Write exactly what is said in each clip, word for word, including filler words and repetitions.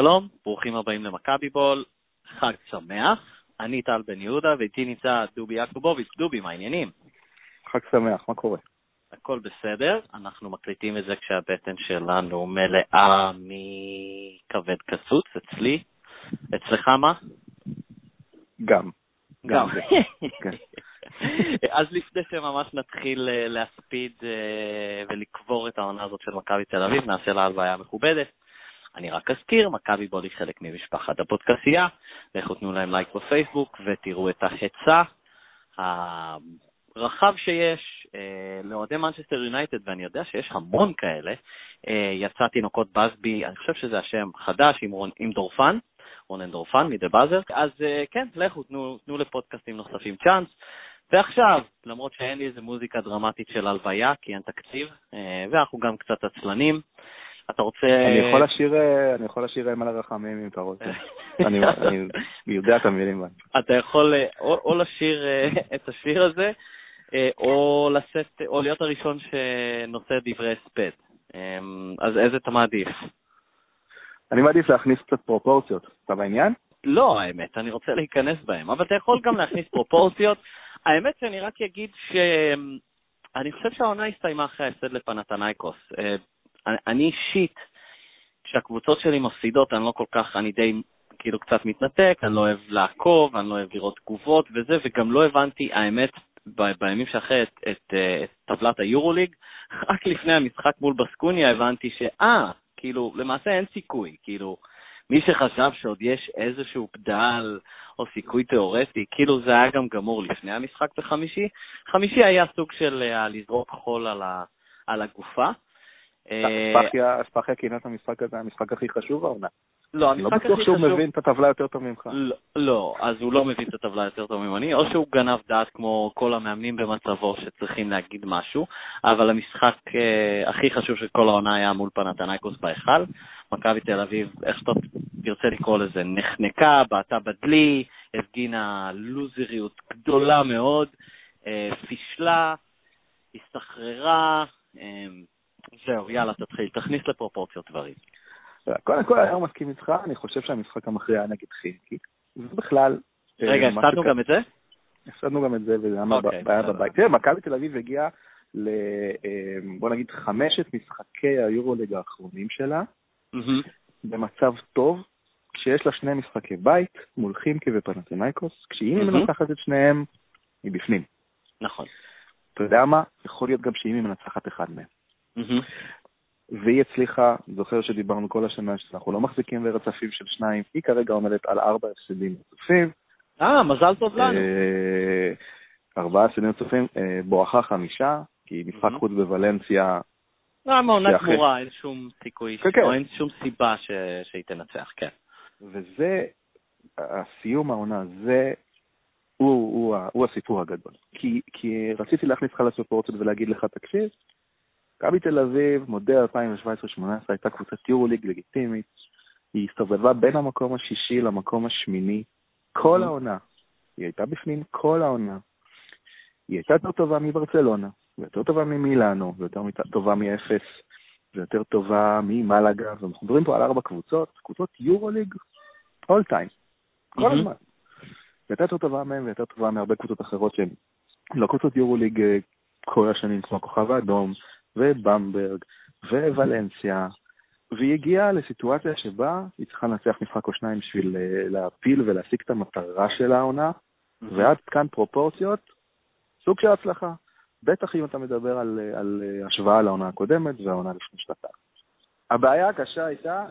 שלום, ברוכים הבאים למכבי בול, חג שמח, אני טל בן יהודה ואיתי נמצא דובי יעקובוביץ'. דובי, מה העניינים? חג שמח, מה קורה? הכל בסדר, אנחנו מקליטים את זה כשהבטן שלנו מלאה מכבד קסוץ, אצלי, אצלך מה? גם. גם. אז לפני שממש נתחיל להספיד ולקבור את העונה הזאת של מכבי תל אביב, נעשה לה הלוויה מכובדת. אני רק אזכיר, מכבי בול היא חלק ממשפחת הפודקאסטייה, לכו תנו להם לייק בפייסבוק ותראו את ההצעה הרחב שיש לאוהדי מנצ'סטר יונייטד, ואני יודע שיש המון כאלה. יצא תינוקות בסבי, אני חושב שזה השם חדש, עם, רון, עם דורפן, רונן דורפן מדה באזר, אז כן, לכו תנו, תנו לפודקאסטים נוספים צ'אנס. ועכשיו, למרות שאין לי איזה מוזיקה דרמטית של הלוויה, כי אין תקציב, ואנחנו גם קצת עצלנים, אתה רוצה... אני יכול לשיר, אני יכול לשיר מלא רחמים אם אתה רוצה. אני יודע את המילים. אתה יכול או, או לשיר את השיר הזה, או לשאת, או להיות הראשון שנושא דברי הספד. אז איזה אתה מעדיף? אני מעדיף להכניס קצת פרופורציות. אתה בעניין? לא, האמת, אני רוצה להיכנס בהם, אבל אתה יכול גם להכניס פרופורציות. האמת שאני רק אגיד שאני חושב שהעונה הסתיימה אחרי ההפסד לפנתנייקוס. אני, אני אישית, כשהקבוצות שלי מפסידות, אני לא כל כך, אני די כאילו קצת מתנתק, אני לא אוהב לעקוב, אני לא אוהב לראות תגובות וזה, וגם לא הבנתי, האמת, ב- בימים שאחרי את, את, את טבלת היורוליג, רק לפני המשחק מול בסקוניה הבנתי שאה, כאילו, למעשה אין סיכוי, כאילו, מי שחשב שעוד יש איזשהו בדל או סיכוי תיאורטי, כאילו זה היה גם גמור לפני המשחק בחמישי. חמישי היה סוג של uh, לזרוק חול על, ה- על הגופה. אספחיה כינה את המשחק הזה, המשחק הכי חשוב העונה. לא, המשחק הכי חשוב. לא בטוח שהוא מבין את הטבלה יותר טוב ממך. לא, אז הוא לא מבין את הטבלה יותר טוב ממני, או שהוא גנב דעת כמו כל המאמנים במצבו שצריכים להגיד משהו, אבל המשחק הכי חשוב של כל העונה היה מול פנתנייקוס בהיכל. מכבי תל אביב, איך שאתה תרצה לקרוא לזה, נחנקה, בעטה בדלי, הפגינה לוזריות גדולה מאוד, פישלה, הסתחררה, זהו, יאללה, תתחיל, תכניס לפרופורציות דברים. קודם כל, אני מסכים איתך, אני חושב שהמשחק המכריע היה נגד חינקי. ובכלל... רגע, הפסדנו גם את זה? הפסדנו גם את זה, וזה היה בבית. תראה, מכבי תל אביב הגיעה ל... בוא נגיד, חמשת משחקי היורוליג האחרונים שלה, במצב טוב, כשיש לה שני משחקי בית, מול חינקי ופנתנייקוס, כשאם היא מנצחת את שניהם, היא בפנים. נכון. אתה יודע מה? יכול להיות גם שאם היא מנצחת אחד מהם. והיא הצליחה, זוכר שדיברנו כל השנה שאנחנו לא מחזיקים ברצפים של שניים, היא כרגע עומדת על ארבע הפסדים רצופים. אה, מזל טוב לנו. ארבעה הפסדים רצופים, בואכה חמישה, כי משחק חוץ בוולנסיה... לא, מעונה גמורה, אין שום סיכוי, או אין שום סיבה שהיא תנצח, כן. וזה, הסיום העונה, זה... הוא, הוא, הוא הסיפור הגדול. כי, כי רציתי להכניס לך לסופורציות ולהגיד לך, תקשיב, מכבי תל אביב, מודל אלפיים שבע עשרה שמונה עשרה, הייתה קבוצת יורוליג לגיטימית, היא הסתובבה בין המקום השישי למקום השמיני, כל העונה, היא הייתה בפנים כל העונה, היא הייתה יותר טובה מברצלונה, ויותר טובה ממילאנו, ויותר טובה מאפס, ויותר טובה ממלאגה, ואנחנו מדברים פה על ארבע קבוצות, קבוצות יורוליג, all time, כל הזמן. והייתה יותר טובה מהם, ויותר טובה מהרבה קבוצות אחרות שהן לא קבוצות יורוליג כל השנים, כמו הכוכב האדום, ובמברג, וולנסיה, והיא הגיעה לסיטואציה שבה היא צריכה לנצח משחק או שניים בשביל להפיל ולהשיג את המטרה של העונה, ועד כאן פרופורציות, סוג של הצלחה. בטח אם אתה מדבר על, על השוואה לעונה הקודמת והעונה לפני שנתיים. הבעיה הקשה הייתה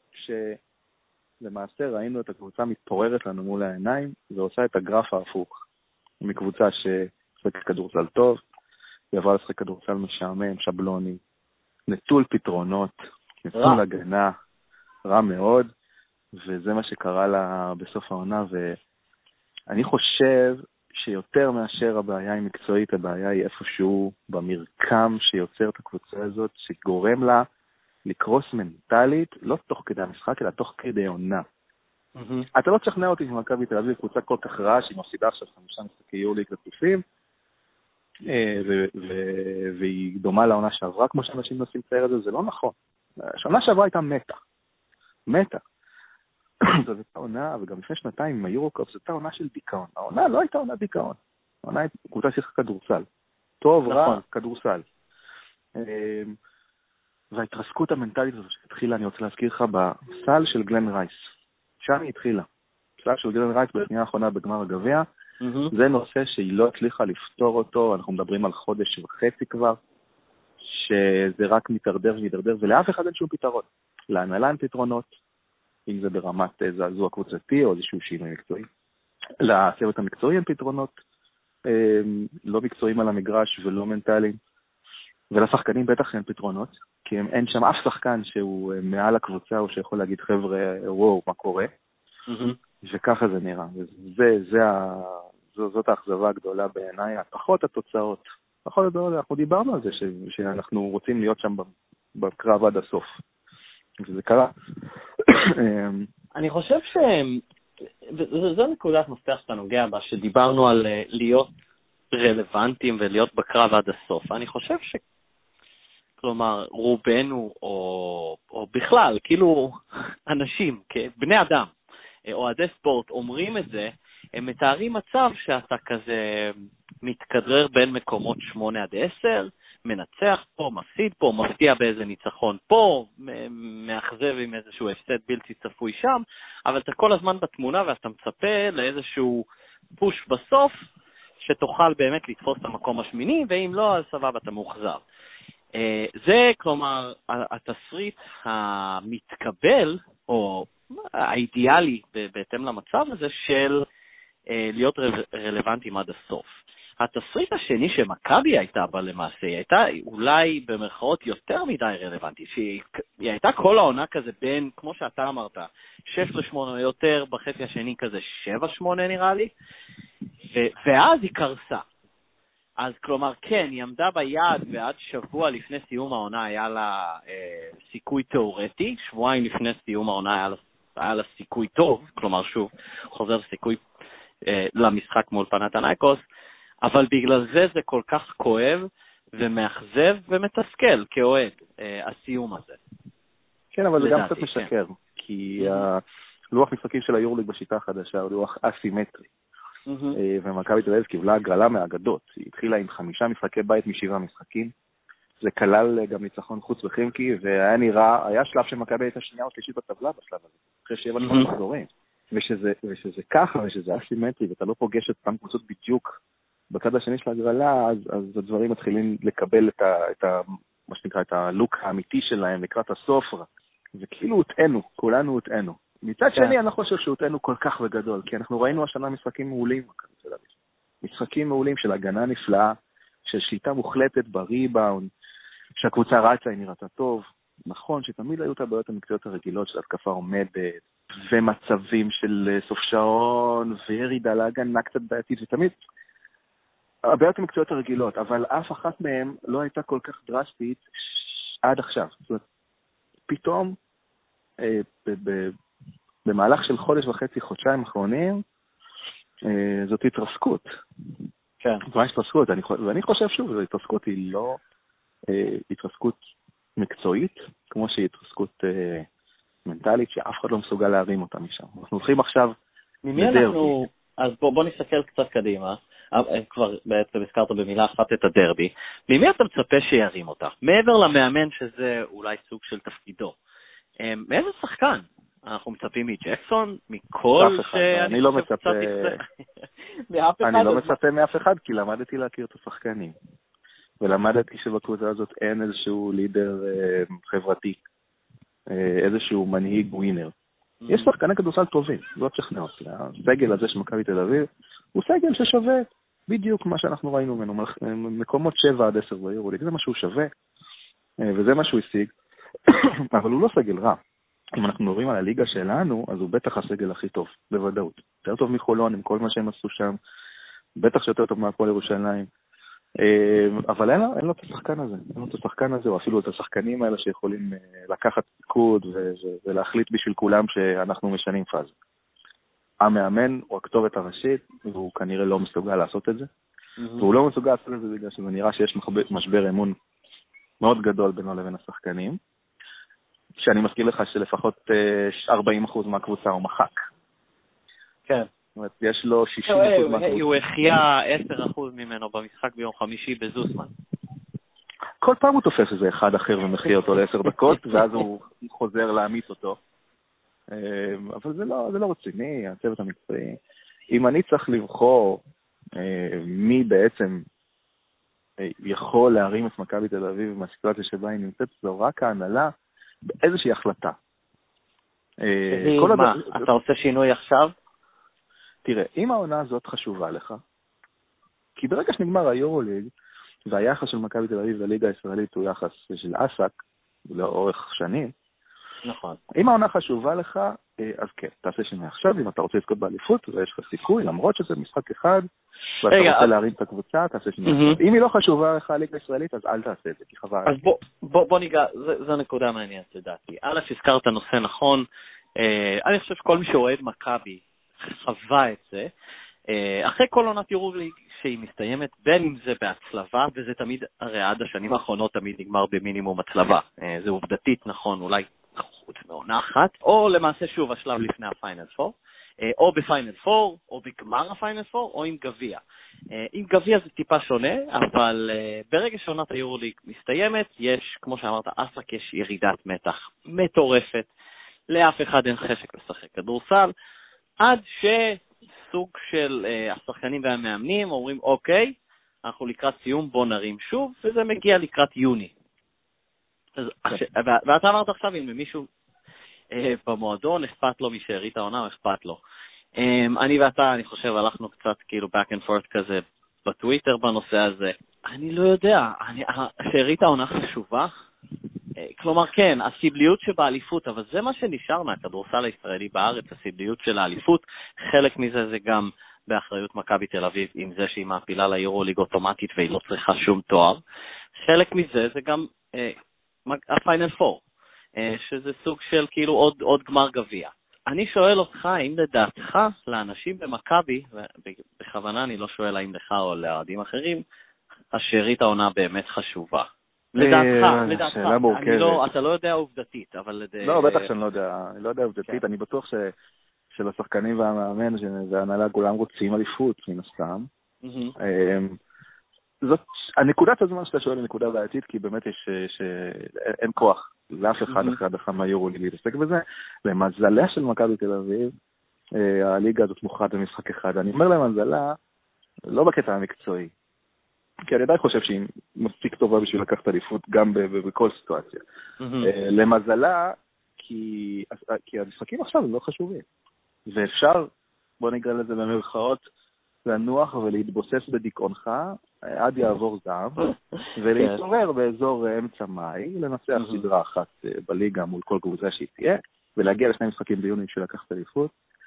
שלמעשה ראינו את הקבוצה מתפוררת לנו מול העיניים, ועושה את הגרף ההפוך. מקבוצה ששחקת כדורסל טוב, היא עברה לשחק כדורסל משעמם, שבלוני, נטול פתרונות, נטול הגנה, רע מאוד, וזה מה שקרה לה בסוף העונה, ואני חושב שיותר מאשר הבעיה היא מקצועית, הבעיה היא איפשהו במרקם שיוצר את הקבוצה הזאת, שגורם לה לקרוס מנטלית, לא תוך כדי המשחק, אלא תוך כדי עונה. Mm-hmm. אתה לא תשכנע אותי שמכבי תל אביב קבוצה כל כך רעה, שהיא מפסידה עכשיו חמישה משחקי יורוליג רצופים, והיא דומה לעונה שעברה, כמו שאנשים נוסעים צייר את זה, זה לא נכון. השנה שעברה הייתה מתה. מתה. זאת הייתה עונה, וגם לפני שנתיים עם היורוקאפ, זאת הייתה עונה של דיכאון. העונה לא הייתה עונה דיכאון. העונה הייתה קבוצה שיחקה כדורסל. טוב, רע, כדורסל. וההתרסקות המנטלית הזו שהתחילה, אני רוצה להזכיר לך, בסל של גלן רייס. שם היא התחילה. בסל של גלן רייס בשנייה האחרונה בגמר הגביע, זה נושא שהיא לא הצליחה לפתור אותו, אנחנו מדברים על חודש וחצי כבר, שזה רק מתדרדר ומתדרדר, ולאף אחד אין שום פתרון. להנהלה אין פתרונות, אם זה ברמת זעזוע קבוצתי או איזשהו שינוי מקצועי. לצוות המקצועי אין פתרונות, לא מקצועיים על המגרש ולא מנטליים, ולשחקנים בטח אין פתרונות, כי אין שם אף שחקן שהוא מעל הקבוצה או שיכול להגיד חבר'ה, וואו, מה קורה? וככה זה נראה. וזה, זה ה... זאת האכזבה הגדולה בעיניי, פחות התוצאות. פחות התוצאות, אנחנו דיברנו על זה, ש... שאנחנו רוצים להיות שם בקרב עד הסוף. וזה קרה. אני חושב ש... וזו נקודת מפתח שאתה נוגע בה, שדיברנו על להיות רלוונטיים ולהיות בקרב עד הסוף. אני חושב ש... כלומר, רובנו, או, או בכלל, כאילו אנשים, בני אדם, אוהדי ספורט, אומרים את זה, הם מתארים מצב שאתה כזה מתכדרר בין מקומות שמונה עד עשר, מנצח פה, מפסיד פה, מפתיע באיזה ניצחון פה, מאכזב עם איזשהו הפסד בלתי צפוי שם, אבל אתה כל הזמן בתמונה ואתה מצפה לאיזשהו פוש בסוף, שתוכל באמת לתפוס את המקום השמיני, ואם לא, אז סבבה, אתה מאוכזב. זה, כלומר, התסריט המתקבל, או האידיאלי בהתאם למצב הזה, של להיות רלוונטיים עד הסוף. התסריט השני שמכבי הייתה בה למעשה, היא הייתה אולי במרכאות יותר מדי רלוונטית, שהיא הייתה כל העונה כזה בין, כמו שאתה אמרת, שש לשמונה יותר, בחצי השני כזה שבע שמונה נראה לי, ו- ואז היא קרסה. אז כלומר, כן, היא עמדה ביעד, ועד שבוע לפני סיום העונה היה לה אה, סיכוי תיאורטי, שבועיים לפני סיום העונה היה לה, היה לה סיכוי טוב, כלומר שוב, חוזר סיכוי אה, למשחק מול פנתנייקוס, אבל בגלל זה זה כל כך כואב ומאכזב ומתסכל כאוהד, אה, הסיום הזה. כן, אבל זה גם קצת משקר, כי הלוח משחקים של היורליג בשיטה החדשה הוא לוח אסימטרי. ומכבי תל אביב קיבלה הגרלה מהאגדות. היא התחילה עם חמישה משחקי בית משבעה משחקים. זה כלל גם ניצחון חוץ בחמקי, והיה נראה, היה שלב שמכבי הייתה שנייה או שלישית בטבלה בשלב הזה, אחרי שבע שמונה מחזורים. ושזה, ושזה ככה, ושזה אסימטרי, ואתה לא פוגש את פעם קבוצות בדיוק בצד השני של הגרלה, אז, אז הדברים מתחילים לקבל את ה, את ה, מה שנקרא, את הלוק האמיתי שלהם לקראת הסוף. וכאילו הוטענו, כולנו הוטענו. מצד שני, אני לא חושב שהוטענו כל כך בגדול, כי אנחנו ראינו השנה משחקים מעולים, משחקים מעולים של הגנה נפלאה, של שליטה מוחלטת בריבאונד, שהקבוצה רצה, היא נראתה טוב. נכון שתמיד היו את הבעיות המקצועיות הרגילות של התקפה עומדת, ומצבים של סוף שעון, וירידה להגנה קצת בעייתית, ותמיד הבעיות המקצועיות הרגילות, אבל אף אחת מהן לא הייתה כל כך דרסטית עד עכשיו. זאת אומרת, פתאום, אה, ב- ב- במהלך של חודש וחצי, חודשיים אחרונים, אה, זאת התרסקות. כן. זו התרסקות, אני, ואני חושב שוב, זו התרסקות היא לא אה, התרסקות מקצועית, כמו שהיא התרסקות אה, מנטלית, שאף אחד לא מסוגל להרים אותה משם. אנחנו הולכים עכשיו ממי אנחנו, אז בוא, בוא נסתכל קצת קדימה, כבר בעצם הזכרת במילה אחת את הדרבי, ממי אתה מצפה שירים אותה? מעבר למאמן שזה אולי סוג של תפקידו, מאיזה שחקן? אנחנו מצפים מג'קסון, מכל שאני לא מצפה, אני לא מצפה מאף אחד, כי למדתי להכיר את השחקנים, ולמדתי שבקבוצה הזאת אין איזשהו לידר חברתי, איזשהו מנהיג ווינר. יש שחקני כדורסל טובים, לא תשכנע אותי. הסגל הזה של מכבי תל אביב הוא סגל ששווה בדיוק מה שאנחנו ראינו ממנו, מקומות שבע עד עשר ביורוליג, זה מה שהוא שווה, וזה מה שהוא השיג, אבל הוא לא סגל רע. אם אנחנו מדברים על הליגה שלנו, אז הוא בטח הסגל הכי טוב, בוודאות. יותר טוב מחולון עם כל מה שהם עשו שם, בטח שיותר טוב מהפועל ירושלים, אבל אין לו, אין לו את השחקן הזה, אין לו את השחקן הזה, או אפילו את השחקנים האלה שיכולים לקחת פיקוד ולהחליט בשביל כולם שאנחנו משנים פאזה. המאמן הוא הכתובת הראשית, והוא כנראה לא מסוגל לעשות את זה, והוא לא מסוגל לעשות את זה בגלל שזה נראה שיש משבר אמון מאוד גדול בינו לבין השחקנים, שאני מזכיר לך שלפחות ארבעים אחוז מהקבוצה הוא מחק. כן. זאת אומרת, יש לו שישים אחוז מהקבוצה. הוא החיה עשרה אחוז ממנו במשחק ביום חמישי בזוסמן. כל פעם הוא תופס איזה אחד אחר ומחיה אותו לעשר דקות, ואז הוא חוזר להמיס אותו. אבל זה לא, זה לא רציני, הצוות המקצועי. אם אני צריך לבחור מי בעצם יכול להרים את מכבי תל אביב מהסיטואציה שבה היא נמצאת, זו רק ההנהלה באיזושהי החלטה. מה, אתה עושה שינוי עכשיו? תראה, אם העונה הזאת חשובה לך, כי ברגע שנגמר היורוליג, והיחס של מכבי תל אביב לליגה הישראלית הוא יחס של אסק, לאורך שנים, נכון. אם העונה חשובה לך, אז כן, תעשה שינוי עכשיו, אם אתה רוצה לזכות באליפות, ויש לך סיכוי, למרות שזה משחק אחד, ואתה רוצה להרים את הקבוצה, תעשה שינוי עכשיו. אם היא לא חשובה לך הליגה הישראלית, אז אל תעשה את זה, כי חבל. אז בוא ניגע, זו נקודה מעניינת לדעתי. א', הזכרת נושא נכון, אני חושב שכל מי שאוהד מכבי חווה את זה, אחרי כל עונת יורוליג שהיא מסתיימת, בין אם זה בהצלבה, וזה תמיד, הרי עד השנים האחרונות תמיד נגמר במינימום הצלבה. זה עובדתית נכון, אולי חוץ מעונה אחת, או למעשה שוב השלב לפני הפיינל פור, או בפיינל פור, או בגמר הפיינל פור, או עם גביע. עם גביע זה טיפה שונה, אבל ברגע שעונת היורוליג מסתיימת, יש, כמו שאמרת, אסק, יש ירידת מתח מטורפת, לאף אחד אין חשק לשחק כדורסל, עד שסוג של השחקנים והמאמנים אומרים, אוקיי, אנחנו לקראת סיום, בוא נרים שוב, וזה מגיע לקראת יוני. אז, ואתה אמרת עכשיו, אם מישהו אה, במועדון אכפת לו משארית העונה, או אכפת לו. אה, אני ואתה, אני חושב, הלכנו קצת כאילו back and forth כזה בטוויטר בנושא הזה. אני לא יודע, אני, שארית העונה חשובה. אה, כלומר, כן, הסבליות שבאליפות, אבל זה מה שנשאר מהכדורסל הישראלי בארץ, הסבליות של האליפות. חלק מזה זה גם באחריות מכבי תל אביב, עם זה שהיא מעפילה ליורוליג אוטומטית והיא לא צריכה שום תואר. חלק מזה זה גם אה, הפיינל פור, שזה סוג של כאילו עוד, עוד גמר גביע. אני שואל אותך, האם לדעתך, לאנשים במכבי, ובכוונה אני לא שואל האם לך או לאוהדים אחרים, השארית העונה באמת חשובה. לדעתך, לדעתך, אני לא, אתה לא יודע עובדתית, אבל... לא, בטח שאני לא יודע, אני לא יודע עובדתית, אני בטוח ש, של השחקנים והמאמן, וההנהלה כולם רוצים אליפות, מן הסתם. זאת, הנקודת הזמן שאתה שואל היא נקודה בעייתית, כי באמת יש, שאין כוח לאף אחד אחרי הדחה מהיורוליג להתעסק בזה. למזלה של מכבי תל אביב, הליגה הזאת מוכרעת במשחק אחד. אני אומר למזלה, לא בקטע המקצועי, כי אני עדיין חושב שהיא מספיק טובה בשביל לקחת אליפות גם בכל סיטואציה. למזלה, כי, כי המשחקים עכשיו הם לא חשובים. ואפשר, בוא נקרא לזה במרכאות, לנוח ולהתבוסס בדיכאונך עד יעבור זעם, ולהתעורר באזור אמצע מאי, לנסח סדרה אחת בליגה מול כל קבוצה שהיא תהיה, ולהגיע לשני משחקים ביוני של לקחת אליפות.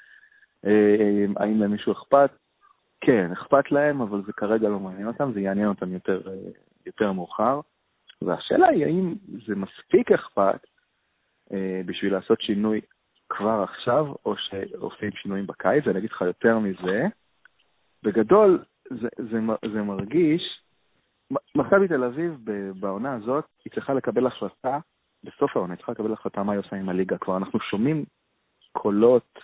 האם למישהו אכפת? כן, אכפת להם, אבל זה כרגע לא מעניין אותם, זה יעניין אותם יותר, יותר מאוחר. והשאלה היא, האם זה מספיק אכפת בשביל לעשות שינוי כבר עכשיו, או שעושים שינויים בקיץ? אני אגיד לך יותר מזה. בגדול, זה, זה, זה מרגיש, מכבי תל אביב בעונה הזאת, היא צריכה לקבל החלטה, בסוף העונה, היא צריכה לקבל החלטה מה היא עושה עם הליגה. כבר אנחנו שומעים קולות,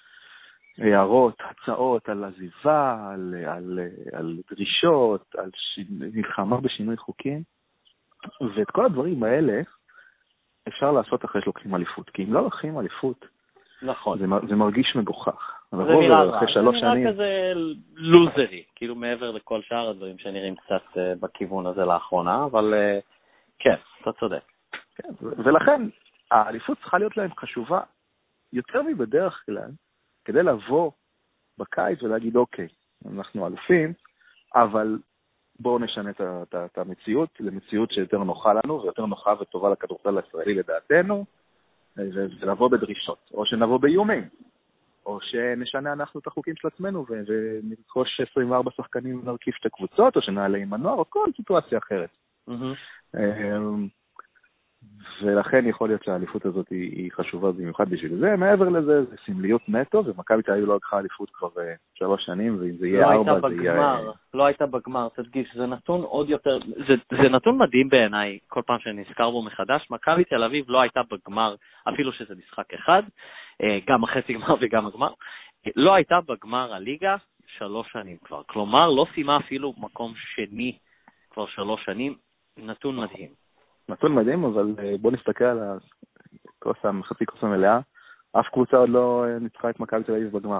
הערות, הצעות על עזיבה, על, על, על דרישות, על ש... מלחמה בשינוי חוקים, ואת כל הדברים האלה אפשר לעשות אחרי שלוקחים אליפות, כי אם לא לוקחים אליפות, נכון. זה, זה מרגיש מגוחך. זה נראה רע, זה נראה כזה לוזרי, כאילו מעבר לכל שאר הדברים שנראים קצת uh, בכיוון הזה לאחרונה, אבל uh, כן, אתה צודק. כן, ולכן האליפות צריכה להיות להם חשובה יותר מבדרך כלל, כדי לבוא בקיץ ולהגיד, אוקיי, אנחנו אלופים, אבל בואו נשנה את, את, את המציאות, למציאות שיותר נוחה לנו, ויותר נוחה וטובה לכדורסל הישראלי לדעתנו, ולבוא בדרישות, או שנבוא באיומים. או שנשנה אנחנו את החוקים של עצמנו, ונרכוש עשרים וארבע שחקנים ונרכיב שתי קבוצות, או שנעלה עם הנוער, או כל סיטואציה אחרת. ולכן יכול להיות שהאליפות הזאת היא, היא חשובה במיוחד בשביל זה. מעבר לזה, זה סמליות נטו, ומכבי תל אביב לא לקחה אליפות כבר שלוש שנים, ואם זה יהיה לא ארבע, הייתה זה בגמר, יהיה... לא הייתה בגמר, תדגיש, זה נתון עוד יותר, זה, זה נתון מדהים בעיניי, כל פעם שאני נזכר בו מחדש, מכבי תל אביב לא הייתה בגמר, אפילו שזה משחק אחד, גם החצי גמר וגם הגמר, לא הייתה בגמר הליגה שלוש שנים כבר, כלומר לא סיימה אפילו מקום שני כבר שלוש שנים, נתון מדהים. נתון מדהים, אבל בוא נסתכל על הכוס, חצי כוס המלאה, אף קבוצה עוד לא ניצחה את מכבי תל אביב בגמר.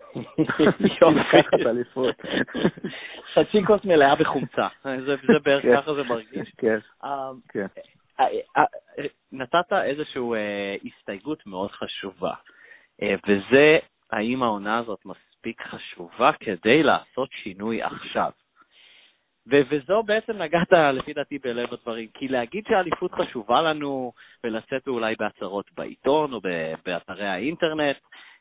חצי כוס מלאה בחומצה, זה בערך ככה זה מרגיש. כן, כן. נתת איזושהי הסתייגות מאוד חשובה, וזה האם העונה הזאת מספיק חשובה כדי לעשות שינוי עכשיו. וזו בעצם נגעת לפי דעתי בלב הדברים, כי להגיד שהאליפות חשובה לנו ולצאת אולי בהצהרות בעיתון או באתרי האינטרנט,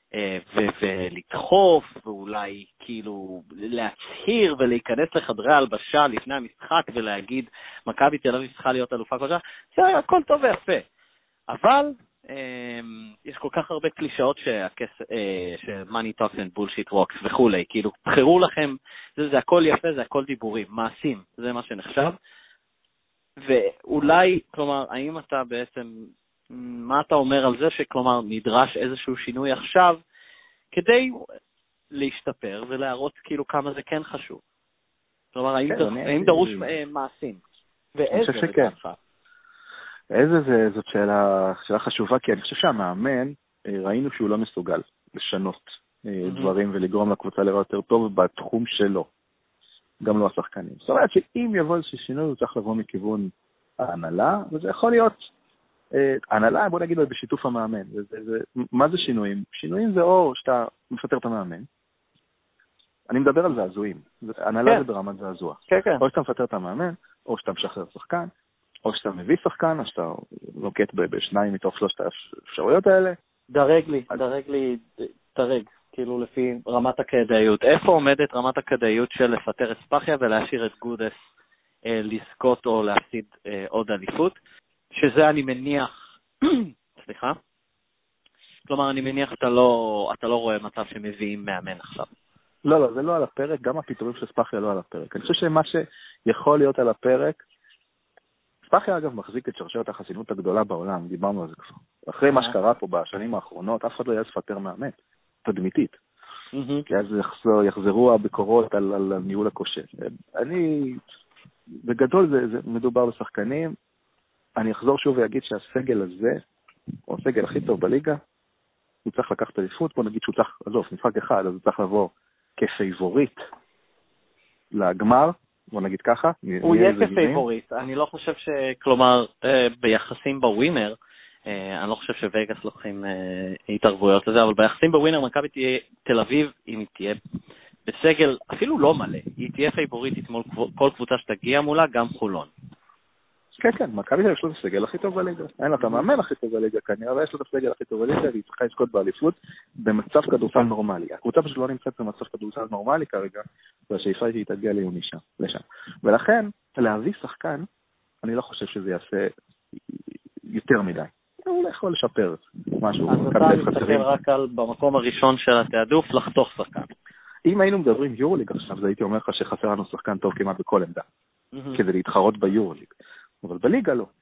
ולדחוף ואולי כאילו להצהיר ולהיכנס לחדרי הלבשה לפני המשחק ולהגיד מכבי תל אביב צריכה להיות אלופה כל שעה, זה הכל טוב ויפה. אבל יש כל כך הרבה קלישאות ש-money talks and bullshit walks וכולי, כאילו בחרו לכם, זה, זה הכל יפה, זה הכל דיבורים, מעשים, זה מה שנחשב. ואולי, כלומר, האם אתה בעצם, מה אתה אומר על זה שכלומר נדרש איזשהו שינוי עכשיו כדי להשתפר ולהראות כאילו כמה זה כן חשוב? כלומר, האם, דר, האם דרוש מעשים? ואיזה לדעתך? איזה זה, זאת שאלה, שאלה חשובה, כי אני חושב שהמאמן, ראינו שהוא לא מסוגל לשנות mm-hmm. דברים ולגרום לקבוצה לראות יותר טוב בתחום שלו. גם לא השחקנים. זאת אומרת שאם יבוא איזשהו שינוי, הוא צריך לבוא מכיוון ההנהלה, וזה יכול להיות, ההנהלה, בוא נגיד, בשיתוף המאמן. וזה, זה, מה זה שינויים? שינויים זה או שאתה מפטר את המאמן, אני מדבר על זעזועים. הנהלה זה ברמת זעזוע. או שאתה מפטר את המאמן, או שאתה משחרר שחקן, או שאתה מביא שחקן, או שאתה לוקט בשניים מתוך שלושת האפשרויות האלה. דרג לי, דרג לי, דרג, כאילו לפי רמת הכדאיות. איפה עומדת רמת הכדאיות של לפטר את ספחיה ולהשאיר את גודס אה, לזכות או להפסיד אה, עוד אליפות? שזה אני מניח, סליחה? כלומר, אני מניח אתה לא, אתה לא רואה מצב שמביאים מאמן עכשיו. לא, לא, זה לא על הפרק, גם הפיטורים של ספחיה לא על הפרק. אני חושב שמה שיכול להיות על הפרק, ספחיה אגב מחזיק את שרשרת החסינות הגדולה בעולם, דיברנו על זה כבר. אחרי מה שקרה פה בשנים האחרונות, אף אחד לא יעז לפטר מאמן, תדמיתית. כי אז יחזרו הביקורות על, על ניהול הכושל. אני, בגדול זה, זה מדובר בשחקנים, אני אחזור שוב ויגיד שהסגל הזה, הוא הסגל הכי טוב בליגה, הוא צריך לקחת אליפות, בוא נגיד שהוא צריך, עזוב, משחק אחד, אז הוא צריך לבוא כפייבוריט לגמר, בוא נגיד ככה. הוא יהיה כפייבוריט, אני לא חושב ש... כלומר, ביחסים בווינר, אני לא חושב שווגאס לוקחים התערבויות לזה, אבל ביחסים בווינר, מכבי תהיה תל אביב, אם היא תהיה בסגל אפילו לא מלא, היא תהיה פייבוריטית מול כל קבוצה שתגיע מולה, גם חולון. כן, כן, מכבי יש לו את הסגל הכי טוב בליגה. אין לה את המאמן הכי טוב בליגה, כנראה, אבל יש לו את הסגל הכי טוב בליגה, והיא צריכה לזכות באליפות במצב כדורסל נורמלי. הקבוצה פשוט לא נמצאת במצב כדורסל נורמלי כרגע, והשאיפה היא תגיע ליוני לשם. ולכן, להביא שחקן, אני לא חושב שזה יעשה יותר מדי. הוא יכול לשפר משהו. אז אתה מסתכל רק על במקום הראשון של התעדוף, לחתוך שחקן. אם היינו מדברים יורוליג עכשיו, אז הייתי אומר לך שחסר לנו שחקן טוב כמעט בכל עמדה, כדי להתחרות ביורוליג. אבל בליגה לא.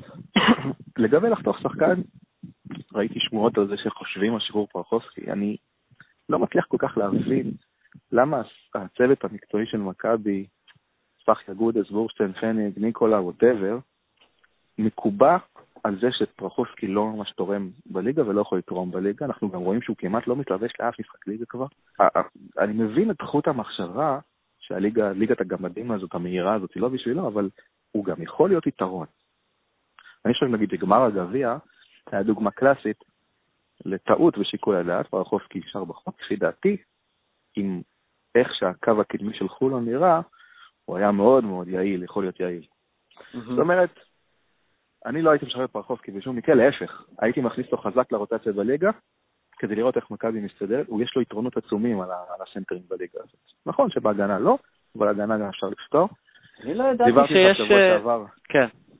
לגבי לחתוך שחקן, ראיתי שמועות על זה שחושבים על שחרור פרחובסקי. אני לא מצליח כל כך להבין למה הצוות המקצועי של מכבי, ספחיה גודס, וורשטיין, פניג, ניקולה, whatever, מקובע על זה שפרחובסקי לא ממש תורם בליגה ולא יכול לתרום בליגה. אנחנו גם רואים שהוא כמעט לא מתלבש לאף משחק ליגה כבר. אני מבין את חוט המחשבה שהליגה, ליגת הגמדים הזאת, המהירה הזאת, היא לא בשבילו, אבל הוא גם יכול להיות יתרון. אני חושב נגיד שגמר הגביע היה דוגמה קלאסית לטעות ושיקול הדעת, פרחובסקי נשאר בחוץ, לפי דעתי, עם איך שהקו הקדמי של חולון נראה, הוא היה מאוד מאוד יעיל, יכול להיות יעיל. זאת אומרת, אני לא הייתי משחרר את פרחובסקי בשום מקרה, להפך, הייתי מכניס לו חזק לרוטציה בליגה, כדי לראות איך מכבי מסתדרת, הוא יש לו יתרונות עצומים על הסנטרים בליגה הזאת. נכון שבהגנה לא, אבל ההגנה גם אפשר לפתור. אני לא ידעתי שיש... שעבר, כן.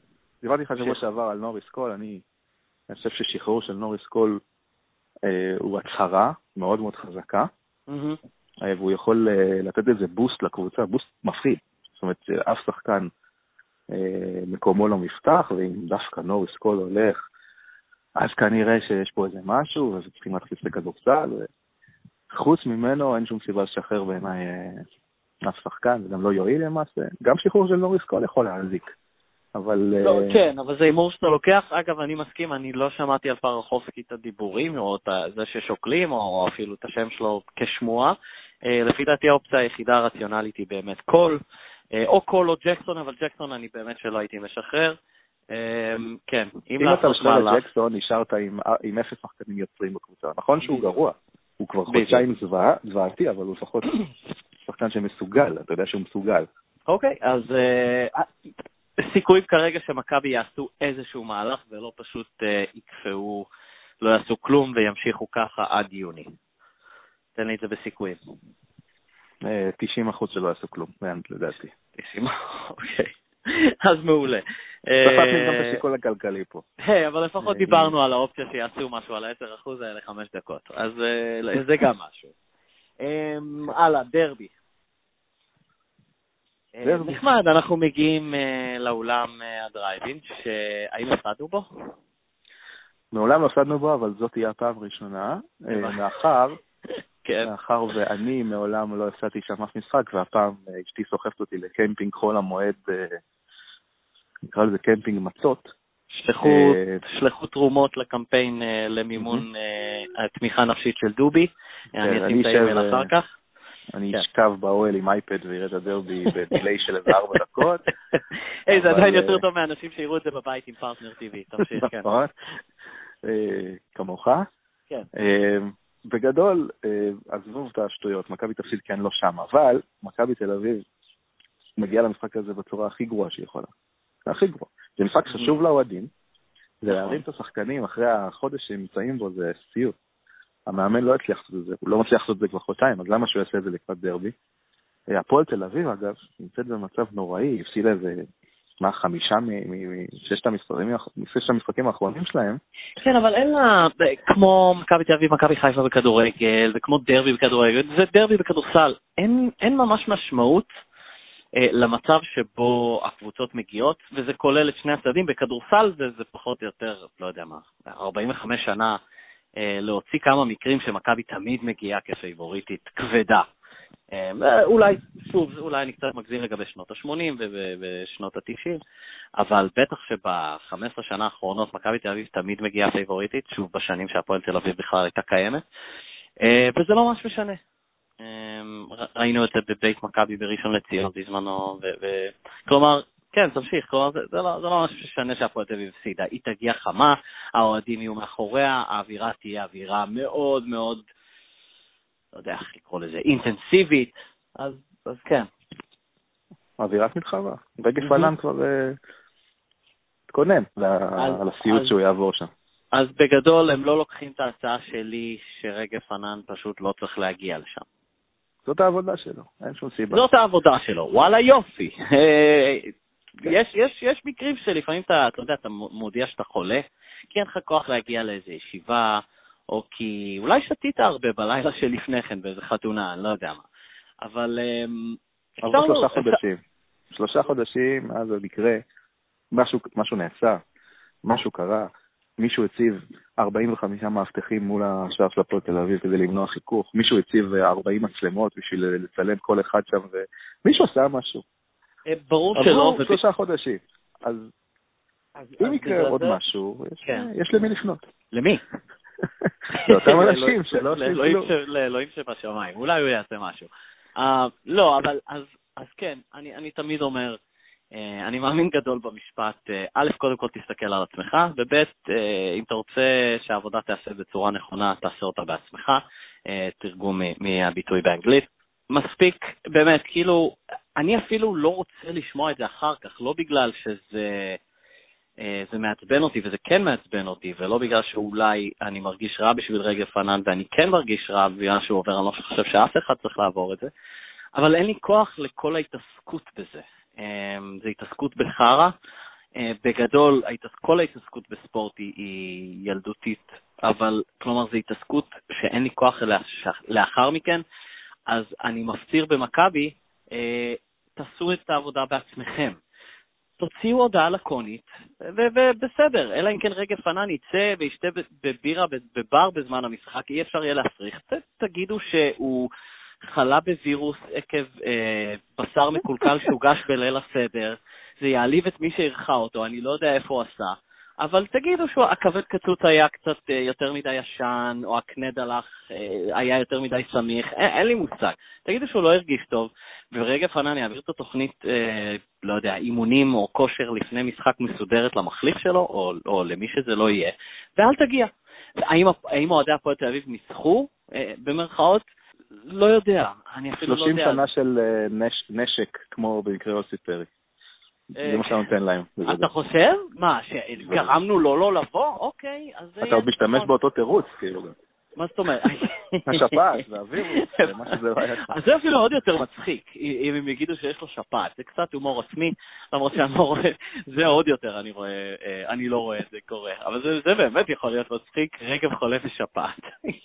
דיברתי לך שבוע שעבר על נוריס קול, אני חושב ששחרור של נוריס קול הוא הצהרה מאוד מאוד חזקה, והוא יכול לתת איזה בוסט לקבוצה, בוסט מפחיד. זאת אומרת, אף שחקן מקומו לא מפתח, ואם דווקא נוריס קול הולך, אז כנראה שיש פה איזה משהו, וצריכים להתחיל לכדורסל, וחוץ ממנו אין שום סיבה לשחרר בעיניי אף שחקן, וגם לא יועיל למעשה. גם שחרור של נוריס קול יכול להזיק. אבל... לא, כן, אבל זה אימור שאתה לוקח. אגב, אני מסכים, אני לא שמעתי על פרחובסקי את הדיבורים, או את זה ששוקלים, או אפילו את השם שלו כשמועה. לפי דעתי האופציה היחידה הרציונלית היא באמת קול, או קול או ג'קסון, אבל ג'קסון אני באמת שלא הייתי משחרר. כן, אם אתה משחרר את ג'קסון, נשארת עם אפס שחקנים יוצרים בקבוצה. נכון שהוא גרוע, הוא כבר חודשיים זוועתי, אבל הוא לפחות שחקן שמסוגל, אתה יודע שהוא מסוגל. אוקיי, אז סיכויים כרגע שמכבי יעשו איזשהו מהלך, ולא פשוט יקפאו, לא יעשו כלום וימשיכו ככה עד יוני. תן לי את זה בסיכויים. תשעים אחוז שלא יעשו כלום, לדעתי. תשעים, אוקיי. אז מעולה. צפתנו גם את השיקול הכלכלי פה. היי, אבל לפחות דיברנו על האופציה שיעשו משהו על ה-עשרה אחוז האלה חמש דקות. אז זה גם משהו. הלאה, דרבי. נחמד, אנחנו מגיעים לאולם הדרייבין, שהאם הפסדנו בו? מעולם לא הפסדנו בו, אבל זאת תהיה הפעם ראשונה. מאחר... מאחר ואני מעולם לא הפסדתי שם אף משחק, והפעם אשתי סוחפת אותי לקמפינג חול המועד, נקרא לזה קמפינג מצות. שלחו תרומות לקמפיין למימון התמיכה הנפשית של דובי. אני אשים את האימייל אחר כך. אני אשכב באוהל עם אייפד ויראה את הדרבי בדילי של איזה ארבע דקות. היי, זה עדיין יותר טוב מאנשים שיראו את זה בבית עם פרטנר טיווי. תמשיך, כן. כמוך? כן. בגדול, עזבו את השטויות, מכבי תפסיד כן לא שם, אבל מכבי תל אביב מגיעה למשחק הזה בצורה הכי גרועה שהיא יכולה. הכי גרועה. זה משחק חשוב לאוהדים, זה להרים את השחקנים אחרי החודש שהם נמצאים בו, זה סיוט. המאמן לא הצליח לעשות את זה, הוא לא מצליח לעשות את זה כבר חודשיים, אז למה שהוא יעשה את זה לקראת דרבי? הפועל תל אביב, אגב, נמצאת במצב נוראי, הפסידה איזה, מה, חמישה מששת המשחקים האחרונים שלהם. כן, אבל אין לה, כמו מכבי תל אביב, מכבי חיפה בכדורגל, וכמו דרבי בכדורגל, זה דרבי בכדורסל. אין, אין ממש משמעות אה, למצב שבו הקבוצות מגיעות, וזה כולל את שני הצדדים. בכדורסל זה, זה פחות או יותר, לא יודע מה, ארבעים וחמש שנה, אה, להוציא כמה מקרים שמכבי תמיד מגיעה כפייבוריטית כבדה. אולי, שוב, אולי אני קצת מגזים לגבי שנות ה-שמונים ושנות ה-תשעים, אבל בטח שב-חמש עשרה שנה האחרונות מכבי תל אביב תמיד מגיעה פייבוריטית, שוב בשנים שהפועל תל אביב בכלל הייתה קיימת, וזה לא ממש משנה. ראינו את זה בבית מכבי בראשון לציון בזמנו, כלומר, כן, תמשיך, כלומר, זה לא ממש משנה שהפועל תל אביב הפסידה, היא תגיע חמה, האוהדים יהיו מאחוריה, האווירה תהיה אווירה מאוד מאוד, לא יודע איך לקרוא לזה, אינטנסיבית, אז, אז כן. אווירת מלחמה. רגב פנן כבר תכונן לסיוט שהוא יעבור שם. אז בגדול הם לא לוקחים את ההצעה שלי שרגב פנן פשוט לא צריך להגיע לשם. זאת העבודה שלו, אין שום סיבה. זאת העבודה שלו, וואלה יופי. יש, יש, יש מקרים שלפעמים אתה, אתה יודע, אתה מודיע שאתה חולה, כי אין לך כוח להגיע לאיזו ישיבה, או כי אולי שתית הרבה בלילה שלפני כן באיזה חתונה, אני לא יודע מה. אבל... אבל שלושה חודשים. שלושה חודשים, אז זה מקרה, משהו, משהו נעשה, משהו קרה, מישהו הציב ארבעים וחמישה מאבטחים מול השער של הפועל תל אביב כדי למנוע חיכוך, מישהו הציב ארבעים מצלמות בשביל לצלם כל אחד שם, ומישהו עשה משהו. ברור שלא. עברו שלושה חודשים. אז אם יקרה עוד משהו, יש למי לפנות. למי? לאותם אנשים שלא לאלוהים שבשמיים, אולי הוא יעשה משהו. לא, אבל אז כן, אני תמיד אומר, אני מאמין גדול במשפט, א', קודם כל תסתכל על עצמך, וב', אם אתה רוצה שהעבודה תעשה בצורה נכונה, תעשה אותה בעצמך, תרגום מהביטוי באנגלית. מספיק, באמת, כאילו, אני אפילו לא רוצה לשמוע את זה אחר כך, לא בגלל שזה... זה מעצבן אותי, וזה כן מעצבן אותי, ולא בגלל שאולי אני מרגיש רע בשביל רגב פנן, ואני כן מרגיש רע בגלל שהוא עובר, אני לא חושב שאף אחד צריך לעבור את זה, אבל אין לי כוח לכל ההתעסקות בזה. זה התעסקות בחרה, בגדול, כל ההתעסקות בספורט היא ילדותית, אבל כלומר זו התעסקות שאין לי כוח לאחר מכן, אז אני מפציר במכבי, תעשו את העבודה בעצמכם. תוציאו הודעה לקונית, ובסדר, אלא אם כן רגב פנן יצא וישתה בבירה בבר בזמן המשחק, אי אפשר יהיה להפריך. תגידו שהוא חלה בווירוס עקב אה, בשר מקולקל שהוגש בליל הסדר, זה יעליב את מי שערכה אותו, אני לא יודע איפה הוא עשה, אבל תגידו שהכבד קצוץ היה קצת אה, יותר מדי ישן, או הקנד הלך אה, היה יותר מדי סמיך, אין, אין לי מושג. תגידו שהוא לא הרגיש טוב, ורגב פנן יעביר את התוכנית, אה, לא יודע, אימונים או כושר לפני משחק מסודרת למחליף שלו, או, או למי שזה לא יהיה, ואל תגיע. האם, האם אוהדי הפועל תל אביב ניסחו, אה, במרכאות? לא יודע, אני אפילו לא יודע. שלושים שנה של נש, נשק, כמו במקרה יוסי פרי. זה מה שאתה נותן להם. אתה חושב? מה, שגרמנו לו לא לבוא? אוקיי, אז... אתה עוד משתמש באותו תירוץ, כאילו. מה זאת אומרת? השפעת והווירוס, מה שזה לא היה. אז זה אפילו עוד יותר מצחיק, אם הם יגידו שיש לו שפעת. זה קצת הומור עצמי, למרות שאני לא רואה, זה עוד יותר אני רואה, אני לא רואה את זה קורה. אבל זה, זה באמת יכול להיות מצחיק, רגב חולה ושפעת.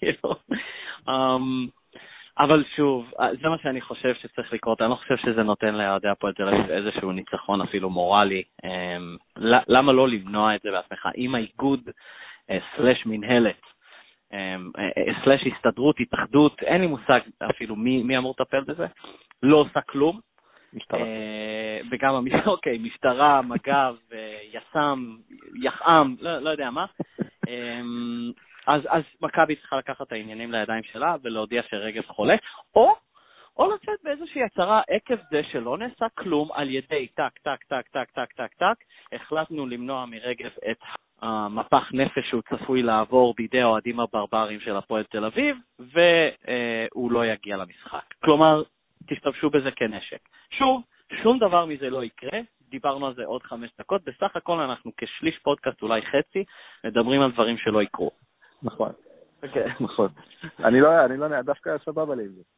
אבל שוב, זה מה שאני חושב שצריך לקרות. אני לא חושב שזה נותן לידי הפועל תל אביב איזשהו ניצחון אפילו מורלי. למה לא למנוע את זה בעצמך? אם האיגוד סלש מנהלת, סלש הסתדרות, התאחדות, אין לי מושג אפילו מי, מי אמור לטפל בזה, לא עושה כלום. משטרה. וגם המשטרה, אוקיי, משטרה, מג"ב, יס"מ, יח"מ, לא, לא יודע מה. אז, אז מכבי צריכה לקחת את העניינים לידיים שלה ולהודיע שרגב חולה, או, או לצאת באיזושהי הצהרה עקב זה שלא נעשה כלום על ידי טק, טק, טק, טק, טק, טק, טק, החלטנו למנוע מרגב את המפח נפש שהוא צפוי לעבור בידי האוהדים הברברים של הפועל תל אביב, והוא לא יגיע למשחק. כלומר, תשתמשו בזה כנשק. שוב, שום דבר מזה לא יקרה, דיברנו על זה עוד חמש דקות, בסך הכל אנחנו כשליש פודקאסט, אולי חצי, מדברים על דברים שלא יקרו. נכון. נכון. אני לא, אני לא, דווקא סבבה לי עם זה.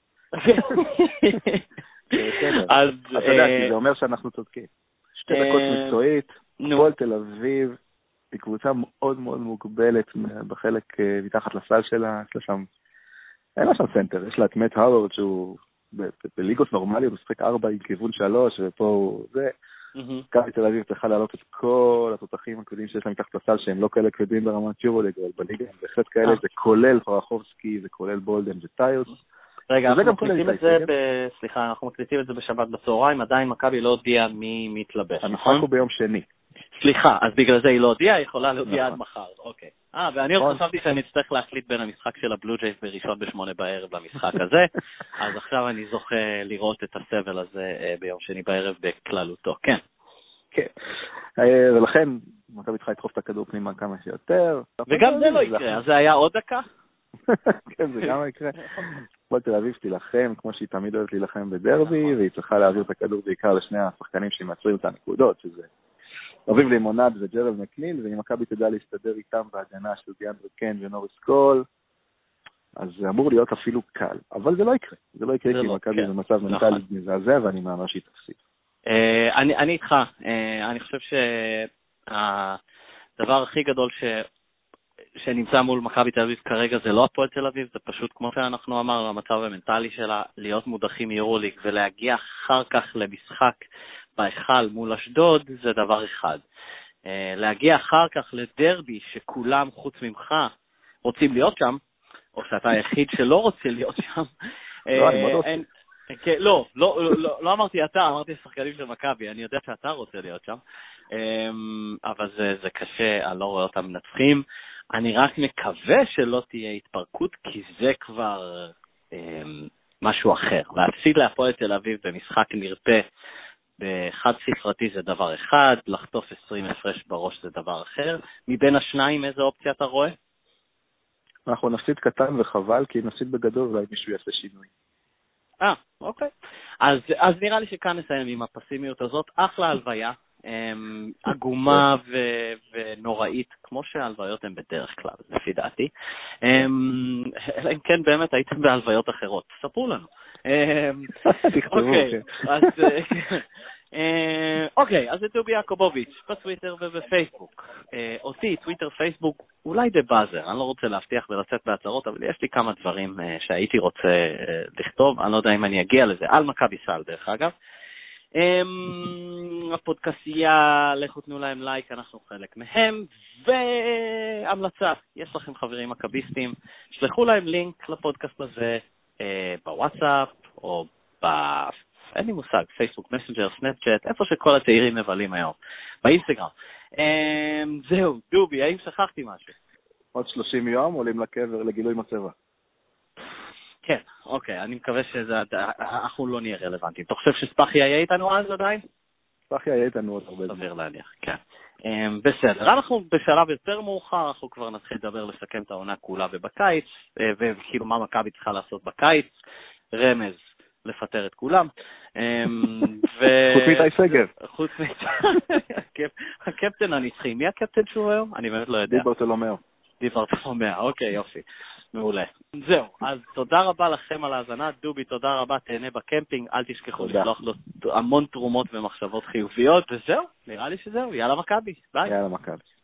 אז אתה יודע, כי זה אומר שאנחנו צודקים. שתי דקות מקצועית, הפועל תל אביב, היא קבוצה מאוד מאוד מוגבלת בחלק מתחת לסל שלה, יש לה שם, אין לה שם סנטר, יש לה את מאט האוורד שהוא בליגות נורמליות, הוא משחק ארבע עם כיוון שלוש, ופה הוא זה, מכבי תל אביב צריכה להעלות את כל התותחים הכבדים שיש להם מתחת לסל, שהם לא כאלה כבדים ברמת יורוליג, אבל בליגה הם בהחלט כאלה, זה כולל פרחובסקי, זה כולל בולדן וטיוס. רגע, אנחנו מקליטים את זה, סליחה, אנחנו מקליטים את זה בשבת בצהריים, עדיין מכבי לא הודיעה מי מתלבש. המשחק הוא ביום שני. סליחה, אז בגלל זה היא לא הודיעה, היא יכולה להודיע עד מחר, אוקיי. אה, ואני עוד חשבתי שאני אצטרך להחליט בין המשחק של הבלו ג'ייז בראשון בשמונה בערב למשחק הזה, אז עכשיו אני זוכה לראות את הסבל הזה ביום שני בערב בכללותו, כן. כן, ולכן מכבי צריכה לדחוף את הכדור פנימה כמה שיותר. וגם זה לא יקרה, אז זה היה עוד דקה? כן, זה גם יקרה. הפועל תל אביב תילחם, כמו שהיא תמיד אוהבת להילחם בדרבי, והיא צריכה להעביר את הכדור בעיקר לשני השחקנים שמייצרים את הנקודות, שזה אביב לימונד וג'רל מקליל, ואם מכבי תדע להסתדר איתם בהגנה של דיאנדרה קיין ונוריס קול, אז זה אמור להיות אפילו קל. אבל זה לא יקרה. זה לא יקרה כי מכבי במצב מנטלי מזעזע, ואני מאמין שהיא תפסיד. אני איתך. אני חושב שהדבר הכי גדול ש... שנמצא מול מכבי תל אביב כרגע זה לא הפועל תל אביב, זה פשוט כמו שאנחנו אמרנו, המצב המנטלי שלה, להיות מודחים מיורוליג ולהגיע אחר כך למשחק בהיכל מול אשדוד, זה דבר אחד. להגיע אחר כך לדרבי שכולם חוץ ממך רוצים להיות שם, או שאתה היחיד שלא רוצה להיות שם. לא, אני מאוד רוצה. לא, לא אמרתי אתה, אמרתי שחקנים של מכבי, אני יודע שאתה רוצה להיות שם, אבל זה קשה, אני לא רואה אותם מנצחים. אני רק מקווה שלא תהיה התפרקות, כי זה כבר משהו אחר. להפסיד להפועל תל אביב במשחק נרפה בחד ספרתי זה דבר אחד, לחטוף עשרים הפרש בראש זה דבר אחר. מבין השניים איזה אופציה אתה רואה? אנחנו נפסיד קטן וחבל, כי נפסיד בגדול ואולי מישהו יעשה שינוי. אה, אוקיי. אז, אז נראה לי שכאן נסיים עם הפסימיות הזאת. אחלה הלוויה, עגומה ו- ונוראית, כמו שההלוויות הן בדרך כלל, לפי דעתי. אלא אם כן באמת הייתם בהלוויות אחרות. ספרו לנו. אוקיי, אז אוקיי, אז זה דובי יעקובוביץ' בטוויטר ובפייסבוק. אותי, טוויטר, פייסבוק, אולי דה באזר, אני לא רוצה להבטיח ולצאת בהצהרות, אבל יש לי כמה דברים שהייתי רוצה לכתוב, אני לא יודע אם אני אגיע לזה, על מכבי סל דרך אגב. הפודקאסטייה, לכו תנו להם לייק, אנחנו חלק מהם, והמלצה, יש לכם חברים מכביסטים, שלחו להם לינק לפודקאסט הזה בוואטסאפ או ב... אין לי מושג, פייסבוק, מסנג'ר, סנאפצ'אט, איפה שכל הצעירים מבלים היום, באינסטגרם. זהו, דובי, האם שכחתי משהו? עוד שלושים יום עולים לקבר לגילוי מצבה. כן, אוקיי, אני מקווה שזה, אנחנו לא נהיה רלוונטיים. אתה חושב שספחי היה איתנו אז עדיין? ספחי היה איתנו עוד הרבה זמן. סביר להניח, כן. בסדר, אנחנו בשלב יותר מאוחר, אנחנו כבר נתחיל לדבר, לסכם את העונה כולה ובקיץ, וכאילו מה מכבי צריכה לעשות בקיץ, רמז, לפטר את כולם. חוץ מאיתי סגר. חוץ מאיתי, הקפטן הנצחי, מי הקפטן שהוא היום? אני באמת לא יודע. די ברטולומיאו. די ברטולומיאו, אוקיי, יופי. מעולה. זהו, אז תודה רבה לכם על ההאזנה, דובי, תודה רבה, תהנה בקמפינג, אל תשכחו לשלוח לו המון תרומות ומחשבות חיוביות, וזהו, נראה לי שזהו, יאללה מכבי, ביי. יאללה מכבי.